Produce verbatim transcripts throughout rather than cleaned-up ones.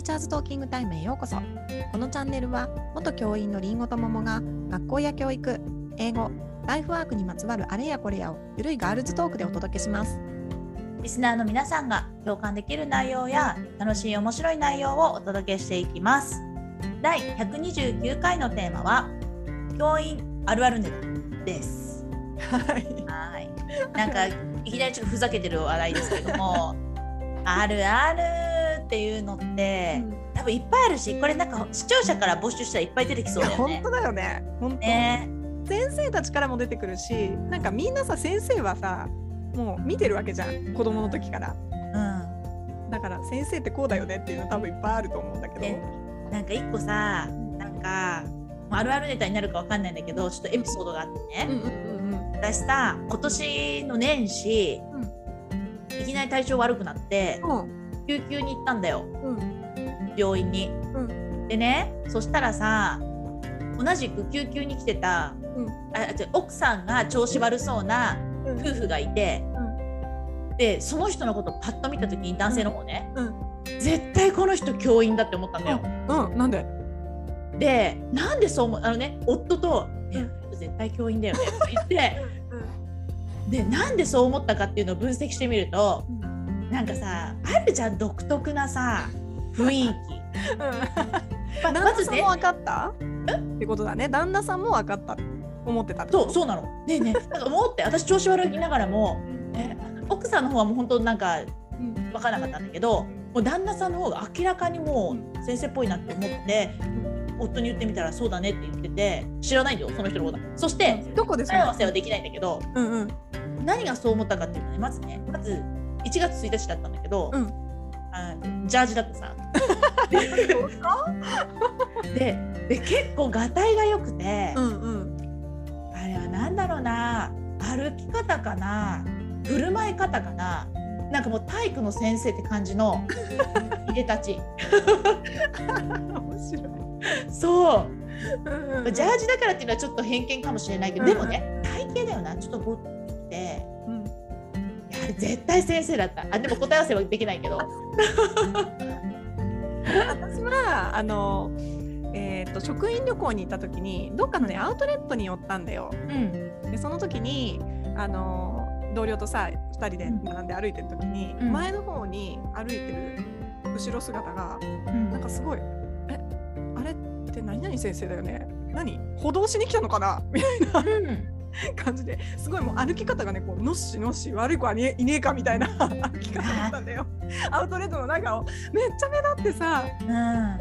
チャーズトーキングタイムへようこそ。このチャンネルは元教員のりんごと桃が学校や教育、英語、ライフワークにまつわるあれやこれやをゆるいガールズトークでお届けします。 リスナーの皆さんが共感できる内容や楽しい面白い内容をお届けしていきます。だいひゃくにじゅうきゅうかいのテーマは教員あるあるネタです。 はい。 はい。なんかいきなりちょっとふざけてる笑いですけどもあるあるっていうのって、うん、多分いっぱいあるし、これなんか視聴者から募集したらいっぱい出てきそうだよね。 本当だよね。本当ね。先生たちからも出てくるし、なんかみんなさ、先生はさもう見てるわけじゃん、子供の時から、うん、だから先生ってこうだよねっていうの多分いっぱいあると思うんだけど、 なんか一個さ、なんかあるあるネタになるかわかんないんだけど、ちょっとエピソードがあってね、うんうんうんうん、私さ今年の年始、うん、いきなり体調悪くなって、うん、救急に行ったんだよ、うん、病院に、うん、でね、そしたらさ同じく救急に来てた、うん、あ奥さんが調子悪そうな夫婦がいて、うん、でその人のことをパッと見た時に男性の方ね、うん、絶対この人教員だって思ったんだよ。 うんうん、なんででなんでそう思う、あのね、夫と、うん、絶対教員だよねって言って、うん、でなんでそう思ったかっていうのを分析してみると、うん、なんかさあるじゃん、独特なさ雰囲気、うんま、旦那さんも分かった、まね、ってことだね。旦那さんも分かった思ってたってこと。 そうそうなの。ねえねえ、なんか思って、私調子悪いながらも、え奥さんの方はもう本当なんか分からなかったんだけど、もう旦那さんの方が明らかにもう先生っぽいなって思って、夫に言ってみたらそうだねって言ってて、知らないんだよその人のこと。そしてどこで答え合わせはできないんだけど、 うんうん、何がそう思ったかっていうとね、まずね、まずいちがつついたちだったんだけど、うん、あジャージだってさで, で結構がたいが良くて、うんうん、あれはなんだろうな、歩き方かな、振る舞い方かな、なんかもう体育の先生って感じのいでたち面白い。そう、うんうん、ジャージだからっていうのはちょっと偏見かもしれないけど、うんうん、でもね体型だよな、ちょっとボッときて、うん、いや絶対先生だった。あでも答え合わせはできないけど私はあのえー、と職員旅行に行った時にどっかのねアウトレットに寄ったんだよ、うん、でその時にあの同僚とさふたりで並んで歩いてる時に、うん、前の方に歩いてる後ろ姿が、うん、なんかすごいえあれって何々先生だよね、何歩道しに来たのかなみたいな、うん感じですごいもう歩き方がねこうのっしのっし悪い子はいねえかみたいな歩き方だったんだよアウトレットの中をめっちゃ目立ってさ、うん、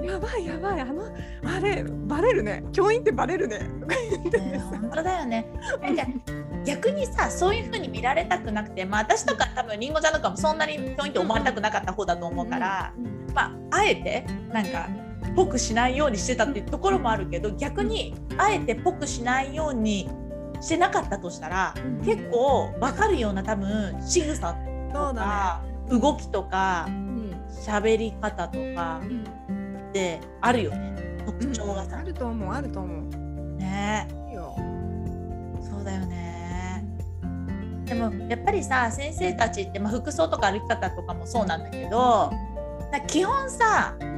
やばいやばい、あのあれバレるね、教員ってバレるねとか言ってね、 本当だよね。じゃ逆にさそういう風に見られたくなくて、まあ私とか多分りんごちゃんとかもそんなに教員って思われたくなかった方だと思うから、うんうん、まああえてなんかぽくしないようにしてたっていうところもあるけど、逆にあえてぽくしないようにしてなかったとしたら、うん、結構分かるような多分仕草とか、ね、動きとか喋、うん、り方とかってあるよね、特徴がさ、 うん、あると思うあると思うね。いいよ、そうだよね。でもやっぱりさ先生たちって、まあ、服装とか歩き方とかもそうなんだけど、だ基本さ、うん、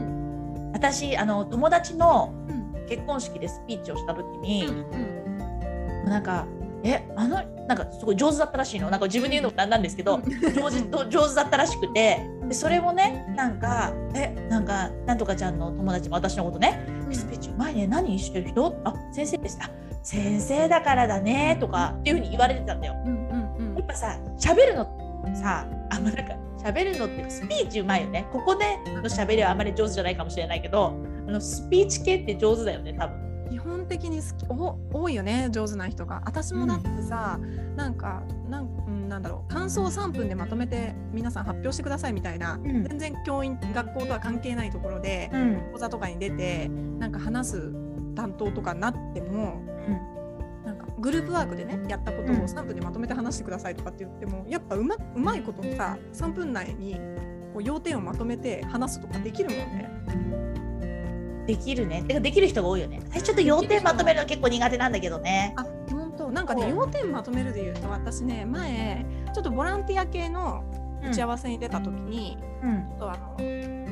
私あの友達の結婚式でスピーチをした時に、うんうんなんかえあのなんかすごい上手だったらしいの、なんか自分で言うのもなんなんですけど上手と上手だったらしくて、でそれもねなんかえなんかなんとかちゃんの友達も私のことね、うん、スピーチうまいね、何してる人、あ先生です、あ先生だからだねとかっていう風に言われてたんだよ、うんうんうん、やっぱさ喋るのさあんまなんか喋るのってスピーチうまいよね、ここでの喋りはあんまり上手じゃないかもしれないけど、あのスピーチ系って上手だよね多分。 基本的に好きお多いよね上手な人が。私もだってさ、うん、なんかなん、うん、なんだろう感想をさんぷんでまとめて皆さん発表してくださいみたいな、うん、全然教員学校とは関係ないところで、うん、講座とかに出てなんか話す担当とかになっても、うん、なんかグループワークでねやったことをさんぷんでまとめて話してくださいとかって言ってもやっぱうま、うまいことささんぷん内にこう要点をまとめて話すとかできるもんね。 できるね。てかできる人が多いよね。私ちょっと要点まとめるの結構苦手なんだけどね。 あ、本当。なんかね要点まとめるで言うと私ね前ちょっとボランティア系の打ち合わせに出た時に、うん、ちょっとあの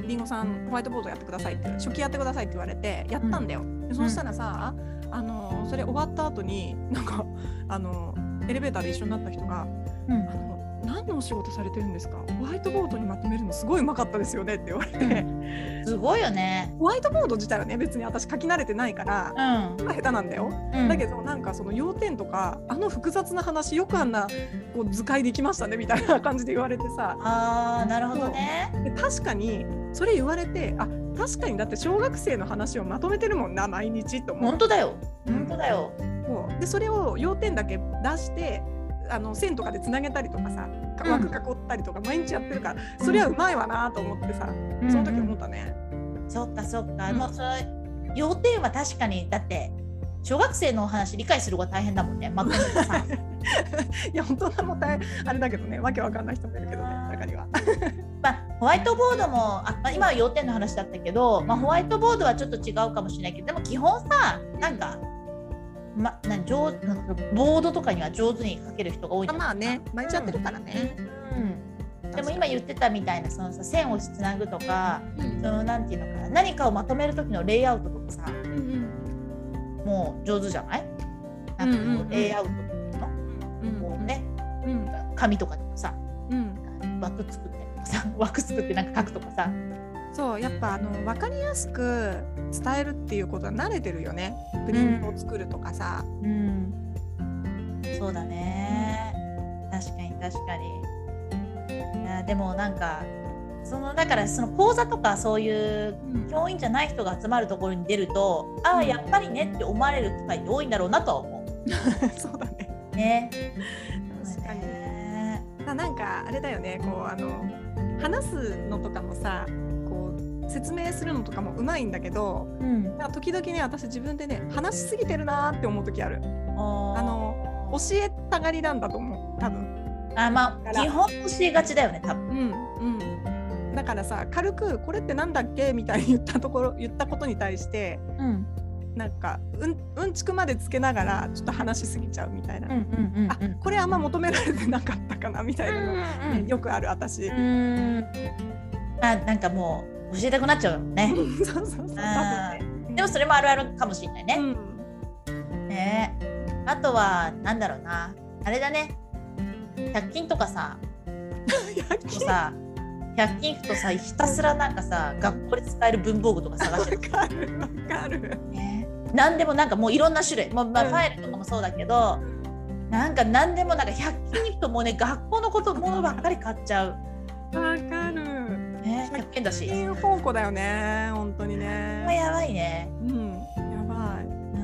りんごさんホワイトボードやってくださいって初期やってくださいって言われてやったんだよ、うん、でそしたらさ、うん、あのそれ終わった後になんかあのエレベーターで一緒になった人が、うん、あの何のお仕事されてるんですか、ホワイトボードにまとめるのすごいうまかったですよねって言われて、 うん、すごいよね。 ホワイトボード自体はね別に私書き慣れてないから、うん、下手なんだよ、うん、だけどなんかその要点とかあの複雑な話よくあんなこう図解できましたねみたいな感じで言われてさ、 あーなるほどね。 で確かにそれ言われて、あ確かにだって小学生の話をまとめてるもんな毎日と思う。 本当だよ本当だよ、 そうでそれを要点だけ出してあの線とかでつなげたりとかさ枠囲ったりとか毎日やってるから、うん、それはうまいわなと思ってさ、うん、その時思ったね、 うん、そっかそっか、うん、もうそれ要点は確かにだって小学生のお話理解する方が大変だもんね、まとめてさいや大人も大変あれだけどね、わけわかんない人もいるけどね中にはまあ、ホワイトボードもあ、まあ、今は要点の話だったけど、まあ、ホワイトボードはちょっと違うかもしれないけど、でも基本さなんかま、な上なんかボードとかには上手に書ける人が多いんだ。 まあね毎日やってるからね、 うんうん、でも今言ってたみたいなそのさ線をつなぐとか、うん、そのなんていうのかな、何かをまとめる時のレイアウトとかさ、うんうん、もう上手じゃない？なんかこうレイアウトっていうの、うんうん、こうね、うん、紙とかでもさ、うん、枠作ってさ枠作ってなんか書くとかさ、 そうやっぱあの分かりやすく伝えるっていうことは慣れてるよね、プリントを作るとかさ、うんうん、そうだね、うん、確かに確かに。いやでもなんかそのだからその講座とかそういう教員じゃない人が集まるところに出ると、うん、ああやっぱりねって思われる機会って多いんだろうなとは思うそうだねね確かにね。なんかあれだよね、こうあの話すのとかもさ説明するのとかもうまいんだけど、うん、時々ね私自分でね話しすぎてるなって思う時ある。あの教えたがりなんだと思う多分。 あまあ基本教えがちだよね多分。 うんうん。だからさ軽くこれってなんだっけみたいに言ったところ言ったことに対して、うん、なんかうんうんちくまでつけながらちょっと話しすぎちゃうみたいな。うんうんうんうん、あこれあんま求められてなかったかなみたいなの、ねうんうん、よくある私。うん。 あなんかもう。教えたくなっちゃうよね。 そうそうそう。 でもそれもあるあるかもしれないね。うん、ねあとはなんだろうな、あれだね。ひゃく均とかさ、ひゃく均さ、ひゃく均行くとさひたすらなんかさ学校で使える文房具とか探してる。 わかるわかる。 ね。なんでもなんかもういろんな種類、もうまあ、ファイルとかもそうだけど、うん、なんかなんでもなんかひゃく均に行くともうね学校のことものばっかり買っちゃう。 わかる。 ね、ひゃくえんだし。 ひゃく均宝庫だよね、本当にね。 やばいね。 うん、やばい。 うん、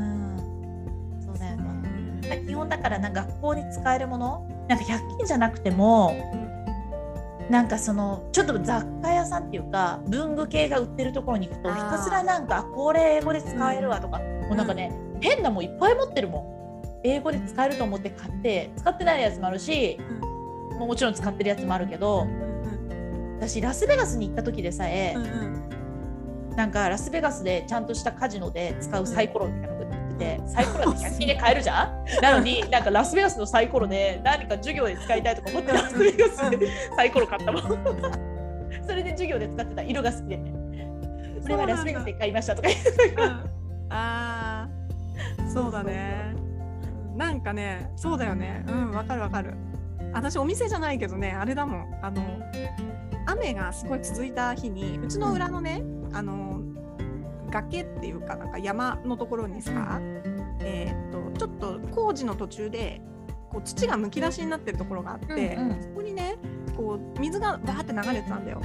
そうだよね。基本だからなんか学校に使えるもの、なんかひゃく均じゃなくても、うん、なんかそのちょっと雑貨屋さんっていうか文具系が売ってるところに行くとひたすらなんかこれ英語で使えるわとか、うん、もうなんかね、うん、変なもんいっぱい持ってるもん。英語で使えると思って買って使ってないやつもあるし、うん、も, もちろん使ってるやつもあるけど。私ラスベガスに行った時でさえ、うんうん、なんかラスベガスでちゃんとしたカジノで使うサイコロみたいなのが売ってて、サイコロってひゃく均で買えるじゃんなのになんかラスベガスのサイコロで何か授業で使いたいとか思ってラスベガスでサイコロ買ったもんそれで授業で使ってた、色が好きでね、これはラスベガスで買いましたとか言って、うん、 あーそうだね、なんかねそうだよね、うんわかるわかる。私お店じゃないけどねあれだもん、あの雨がすごい続いた日にうちの裏のね、あの崖っていうかなんか山のところにさ、えー、っとちょっと工事の途中でこう土がむき出しになってるところがあって、うんうん、そこにねこう水がバーって流れてたんだよ、うん、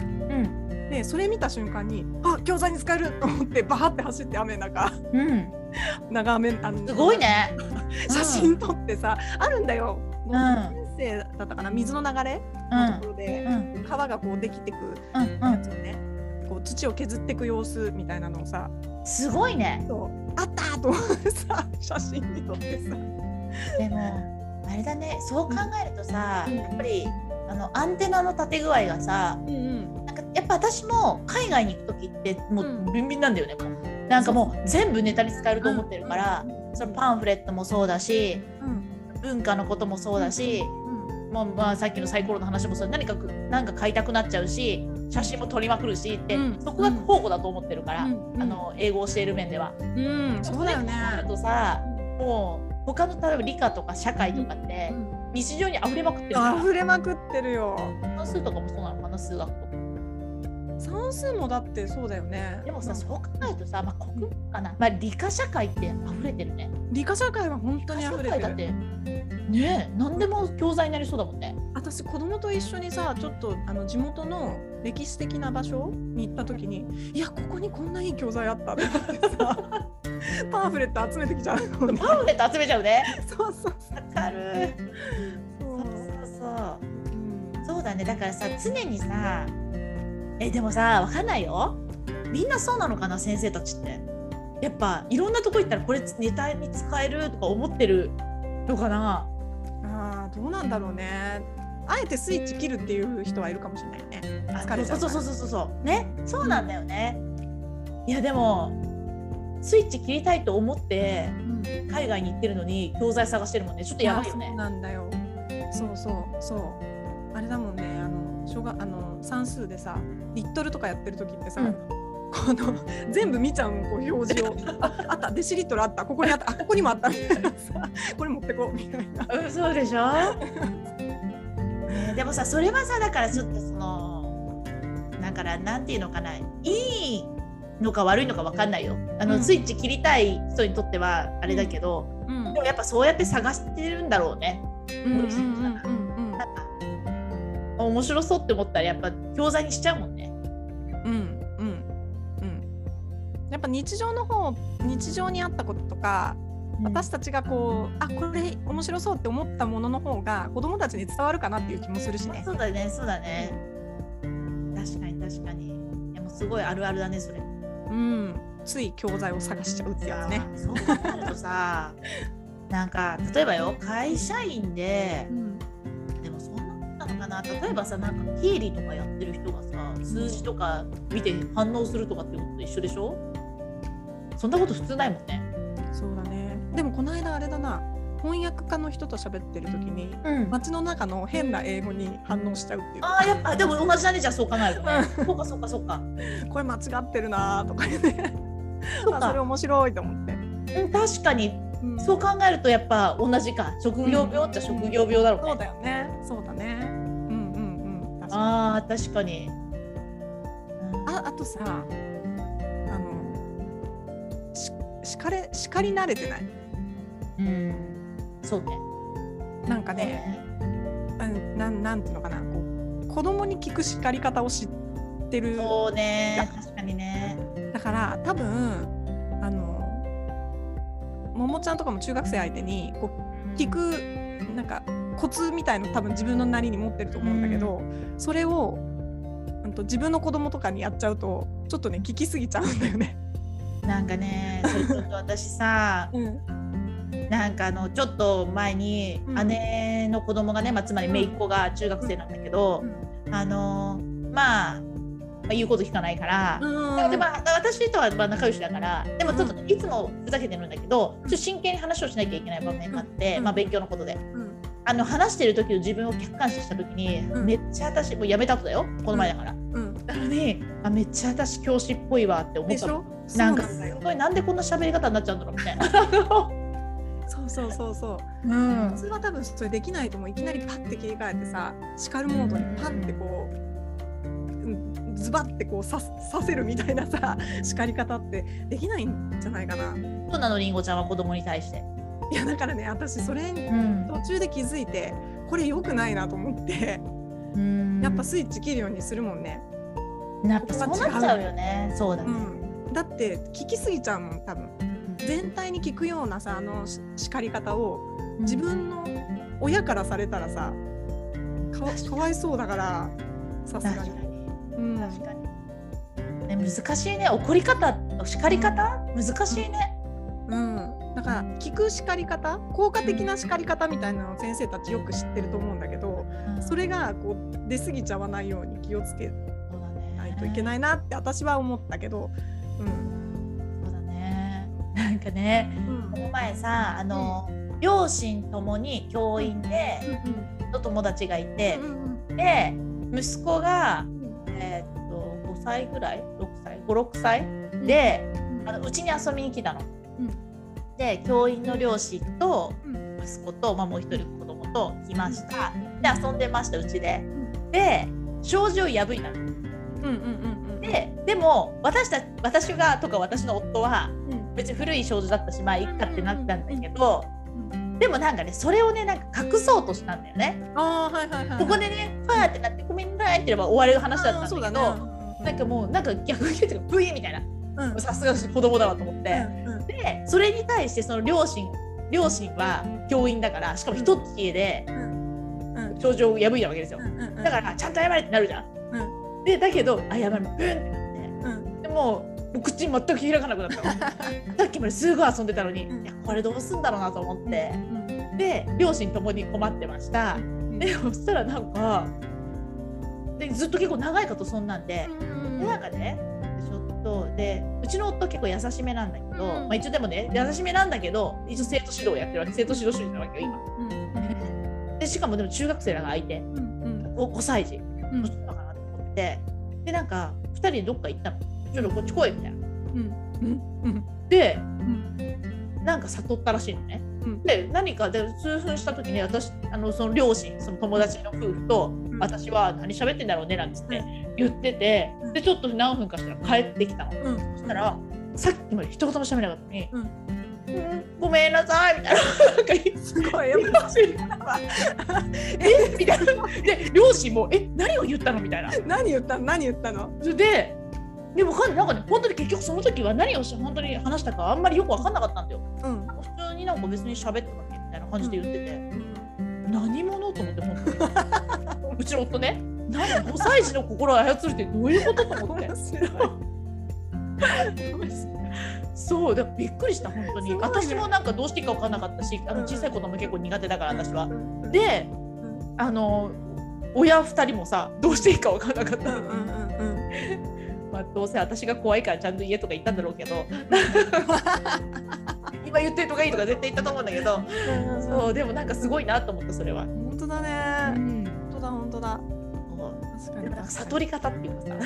でそれ見た瞬間にあ教材に使えると思ってバーって走って雨の中、うん、長雨あのすごいね写真撮ってさ、うん、あるんだよ、もう先生だったかな、水の流れのところで、うん、川がこうできてくやつをね、うん、こう土を削っていく様子みたいなのをさ、 すごいね、 そうあったと思ってさ写真に撮ってさ、 でもあれだね、そう考えるとさ、うん、やっぱりあのアンテナの立て具合がさ、うんうん、なんかやっぱ私も海外に行く時ってもうビンビンなんだよね、もうなんかもう全部ネタに使えると思ってるから、うん、そのパンフレットもそうだし、うん、文化のこともそうだし、うんもうまあさっきのサイコロの話もそう、何かなんか買いたくなっちゃうし、 写真も撮りまくるしって、 うん、 そこが宝庫だと思ってるから、 うん、 あの英語を教える面では。 うん、そうだよね。 そうなるとさ、もう他の例えば理科とか社会とかって日常に溢れまくってるから。 溢れまくってるよ。 算数とかもそうなのかな、数学とか。 算数もだってそうだよね。 でもさ、そう考えるとさ、まあ、国文かな、まあ、理科社会って溢れてるね。 理科社会は本当に溢れてる。 だってね、何でも教材になりそうだもんね。 私子供と一緒にさ、ちょっとあの地元の歴史的な場所に行った時に、いやここにこんないい教材あったってさパンフレット集めてきちゃう、ね、 パンフレット集めちゃうね。 そうそうそう、 わかる。そうそうそう、うん、そうだね。だからさ、常にさ、えでもさ、わかんないよ、みんなそうなのかな、先生たちって。やっぱいろんなとこ行ったらこれネタに使えるとか思ってるのかな。 あー、どうなんだろうね。あえてスイッチ切るっていう人はいるかもしれないね。疲れちゃうから。 そうそうそうそうそうね、そうなんだよね、うん、いやでもスイッチ切りたいと思って海外に行ってるのに教材探してるもんね。ちょっとやばいよね。 そうなんだよ。そうそうそう、あれだもんね、あの小学あの算数でさ、リットルとかやってる時ってさ、うん、この全部見ちゃうの、こう表示をあ, あったデシリットルあった、ここにあった、あここにもあったみたいなさ、これ持ってこうみたいな、 うん、そうでしょね、でもさ、それはさ、だからちょっとそのだからなんていうのかな、いいのか悪いのか分かんないよ。あの、うん、スイッチ切りたい人にとってはあれだけど、うん、でもやっぱそうやって探してるんだろうね。なんか面白そうって思ったらやっぱ教材にしちゃうもんね。 うんうんうん。やっぱ日常の方、日常にあったこととか、うん、私たちがこう、あ、これ面白そうって思ったものの方が子どもたちに伝わるかなっていう気もするしね。 そうだね、そうだね。確かに確かに。いやもうすごいあるあるだね、それ。 うん、つい教材を探しちゃうってやつね。 そう考えるとさなんか例えばよ、会社員で、うん、でもそんなことなのかな、例えばさ、なんか経理とかやってる人がさ、数字とか見て反応するとかってことと一緒でしょ。そんなこと普通ないもんね。 そうだね。でもこの間あれだな、翻訳家の人と喋ってる時に、うん、街の中の変な英語に反応しちゃうっていう。 ああ、やっぱでも同じだね、じゃあそう考えるとね。そうかそうかそうか。 これ間違ってるなとかね。そうか、それ面白いと思って。 うん、確かに、うん、そう考えるとやっぱ同じか。職業病っちゃ職業病だろうね。 そうだよね。そうだね。うんうんうん。 ああ、確かに。 あ、あとさ、あのし叱れ叱り慣れてない。 うん。そうね。 なんかね、うん、なんなんていうのかな、こう子供に聞く叱り方を知ってる。 そうね、確かにね。 だから多分あのももちゃんとかも中学生相手にこう聞くなんかコツみたいの多分自分のなりに持ってると思うんだけど、うん、それを、うん、と自分の子供とかにやっちゃうとちょっとね聞きすぎちゃうんだよね。 なんかね、それちょっと私さ、うんなんかあのちょっと前に姉の子供がね、まあ、つまり姪っ子が中学生なんだけど、うん、あのまあ、まあ、言うこと聞かないから、うん、でまあ、私とは仲良しだから、でもちょっといつもふざけてるんだけど、ちょっと真剣に話をしなきゃいけない場面があって、うん、まあ、勉強のことで、うん、あの話してる時の自分を客観視した時に、うん、めっちゃ私もうやめた後だよ、この前だから、うん、なのにあめっちゃ私教師っぽいわって思ったの。なんかすごい、なんでこんな喋り方になっちゃうんだろうみたいな。 そうそうそうそう、うん、普通は多分それできないと思う。いきなりパッて切り替えてさ、叱るモードにパンってこうズバッてこうささせるみたいなさ叱り方ってできないんじゃないかな。 そうなの、りんごちゃんは子供に対して。 いやだからね、私それに途中で気づいて、うん、これ良くないなと思って、うん、やっぱスイッチ切るようにするもんね。 やっぱそうなっちゃうよね。そうだね、 うん、だって聞きすぎちゃうもん多分。全体に聞くようなさ、あの叱り方を自分の親からされたらさ、か わ, かわいそうだから、さすがに。確かに、うん、確かに、ね、難しいね。怒り方、叱り方、うん、難しいね。 うん、だから聞く叱り方、効果的な叱り方みたいなのを先生たちよく知ってると思うんだけど、うん、それがこう出過ぎちゃわないように気をつけないといけないなって私は思ったけど、うん。 なんかね、うん、この前さ、あの、うん、両親ともに教員で、うん、の友達がいて、うん、で息子が、えー、っさいぐらいろくさいごろくさいで、うん、あのうちに遊びに来たの、うん、で教員の両親と息子と、まあ、もう一人子供と来ました、うん、で遊んでましたうちで、うん、で障子を破いたの、うんうんうんうん、で, でも私た私がとか私の夫は別に古い障子だったしまあいっかってなったんだけど、でもなんかねそれをねなんか隠そうとしたんだよね。 あ、はいはいはいはい、 ここでねファーってなってごめんなさいって言えば終わる話だったんだけど、ね、なんかもうなんか逆に言うとブイーみたいな、さすが子供だわと思って、うんうん、でそれに対してその両親両親は教員だからしかも一つ家で障子を破いたわけですよ、うんうんうん、だからちゃんと謝れってなるじゃん、うん、でだけど謝るブンってなって、うん、でもう口全く開かなくなったのさっきまですごい遊んでたのに、うん、いやこれどうすんだろうなと思って、うん、で両親ともに困ってました、うん、でそしたらなんかでずっと結構長いことそんなんで、うん、でなんかねちょっとでうちの夫結構優しめなんだけど、うんまあ、一応でもね優しめなんだけど一応生徒指導をやってるわけ生徒指導主義なわけよ今、うん、でしかもでも中学生らが相手、うん、ごさい児どうしたのかなと思ってでなんかふたりでどっか行ったのちょっとこっち来いみたいな、うんうん、で、うん、なんか悟ったらしいのね、うん、で何かで数分した時に私あのその両親その友達の夫婦と、うん、私は何喋ってんだろうねなんつって言ってて、うん、でちょっと何分かしたら帰ってきたの、うん、そしたらさっきまで一言も喋らなかったのに、うんうん、ごめんなさいみたいななんかすごいやっぱえみたいなで両親もえ何を言ったのみたいな何言ったの何言ったのそれででもなんかね本当に結局その時は何を本当に話したかあんまりよく分かんなかったんだよ、うん、普通になんか別に喋ってたっけみたいな感じで言ってて、うん、何者と思って本当にうちの夫ね何ごさい児の心を操るってどういうことと思ってそうだびっくりした本当に、ね、私もなんかどうしていいか分かんなかったしあの小さい子供結構苦手だから私はであの親ふたりもさどうしていいか分かんなかったのに、うんうんうんまあ、どうせ私が怖いからちゃんと家とか行ったんだろうけど今言ってるとかいいとか絶対言ったと思うんだけどそうでもなんかすごいなと思ったそれは本当だね、うん、本当だ本当だ確かになんか悟り方っていうかさ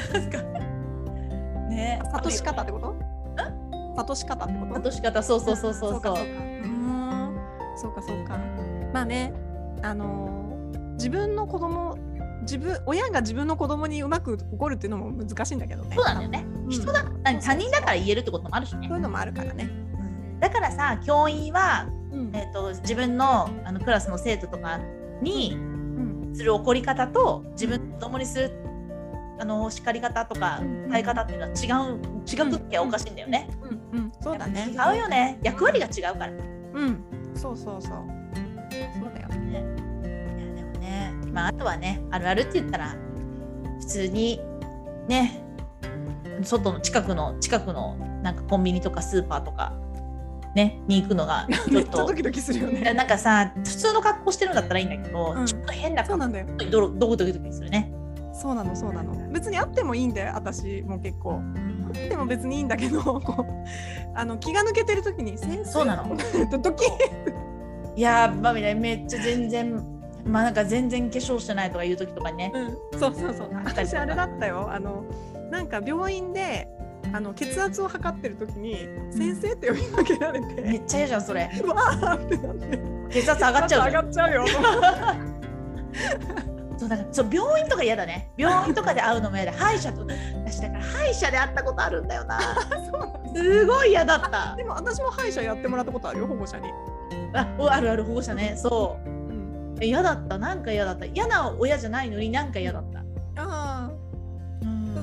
ね悟し方ってこと悟し方ってこと悟し方そうそうそうそうそうそうかそうかそうかまあねあのー、自分の子供自分親が自分の子供にうまく怒るっていうのも難しいんだけどね。 そうなんだよね、うん、人だ他人だから言えるってこともあるしね。 そういうのもあるからね、 うん、だからさ教員は、うんえー、と自分 の, あのクラスの生徒とかにする怒り方と自分の子供にするあの叱り方とか伝え方っていうのは違う違う時はおかしいんだよね、 うんうんうんうん、そうだね違うよね役割が違うからうんそうそうそうそうだよねまあ、あとはねあるあるって言ったら普通にね外の近くの近くのなんかコンビニとかスーパーとかねに行くのがちょっとドキドキするよねなんかさ普通の格好してるんだったらいいんだけど、うん、ちょっと変な格好でドキドキするねそうなのそうなの別にあってもいいんだよ私も結構あっても別にいいんだけどこうあの気が抜けてる時に先生そうなのドキいやーばみたいめっちゃ全然まあなんか全然化粧してないとかいう時とかね、 うん、そうそうそう私あれだったよあのなんか病院であの血圧を測ってる時に先生って呼びかけられて、 めっちゃ嫌じゃんそれうわーってなって血圧上がっちゃう上がっちゃうよそうだからそう病院とか嫌だね病院とかで会うのも嫌だ歯医者と私だから歯医者で会ったことあるんだよなそうすごい嫌だったでも私も歯医者やってもらったことあるよ保護者にああるある保護者ねそう嫌だったなんか嫌だった嫌な親じゃないのになんか嫌だったああ、うん、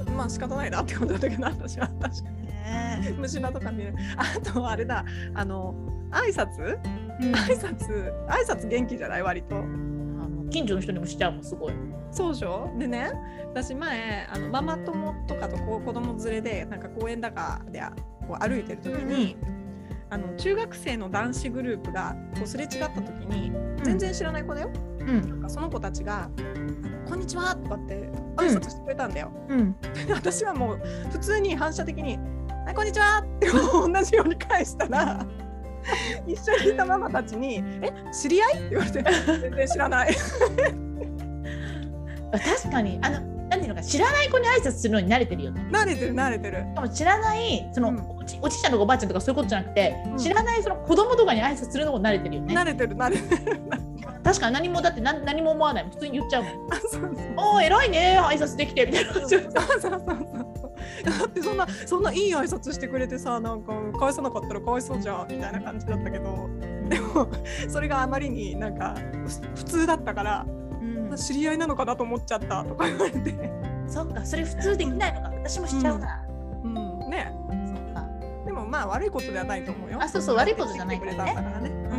まあ仕方ないなってことだったけど私は確かに、ね、虫歯とか見るあとあれだあの挨拶、うん、挨拶挨拶元気じゃない割と近所の人にもしちゃうもんすごいそうでしょでね私前あのママ友とかとこう子供連れでなんか公園だかでこう歩いてる時に、うんあの中学生の男子グループがこうすれ違った時に、うん、全然知らない子だよ、うん、なんかその子たちがこんにちはとかって挨拶してくれたんだよ、うん、私はもう普通に反射的にはいこんにちはって同じように返したら一緒にいたママたちにえ知り合いって言われて全然知らない確かにあのなんていうのか、知らない子に挨拶するのに慣れてるよね。 慣れてる慣れてる。 しかも知らないその、うん、お, じおじいちゃんとかおばあちゃんとかそういうことじゃなくて、うん、知らないその子供とかに挨拶するのも慣れてるよね。 慣れてる慣れてる。 確かに何もだって 何, 何も思わない。普通に言っちゃうもん。 あ、そうそう。 おー偉いね挨拶できてみたいな。そうそうそうそう。 だってそんなそんないい挨拶してくれてさ、なんか返さなかったらかわいそうじゃんみたいな感じだったけど、でもそれがあまりになんか普通だったから、うん、知り合いなのかなと思っちゃったとか言われて。 そっか、それ普通できないのか。私もしちゃうから。 うん、うん、ね。そっか。でもまあ悪いことではないと思うよ。 あ、そうそう悪いことじゃないからね。 からね。うん。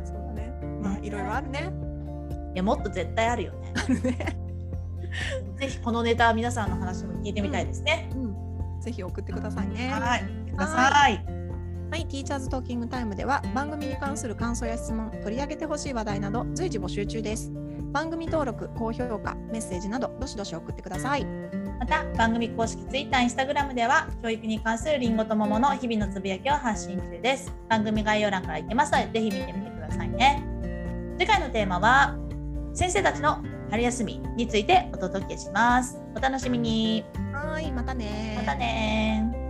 そうだね。まあいろいろあるね。 いやもっと絶対あるよね。 あるね。 ぜひこのネタ皆さんの話も聞いてみたいですね。 うんうん、ぜひ送ってくださいね。 はい。ください。 はい、ティーチャーズトーキングタイムでは番組に関する感想や質問、取り上げてほしい話題など随時募集中です。番組登録、高評価、メッセージなどどしどし送ってください。 また番組公式 Twitter、Instagram では教育に関するりんごと桃の日々のつぶやきを発信中です。番組概要欄から行けますのでぜひ見てみてくださいね。次回のテーマは先生たちの春休みについてお届けします。お楽しみに。 はい、またね。 またね。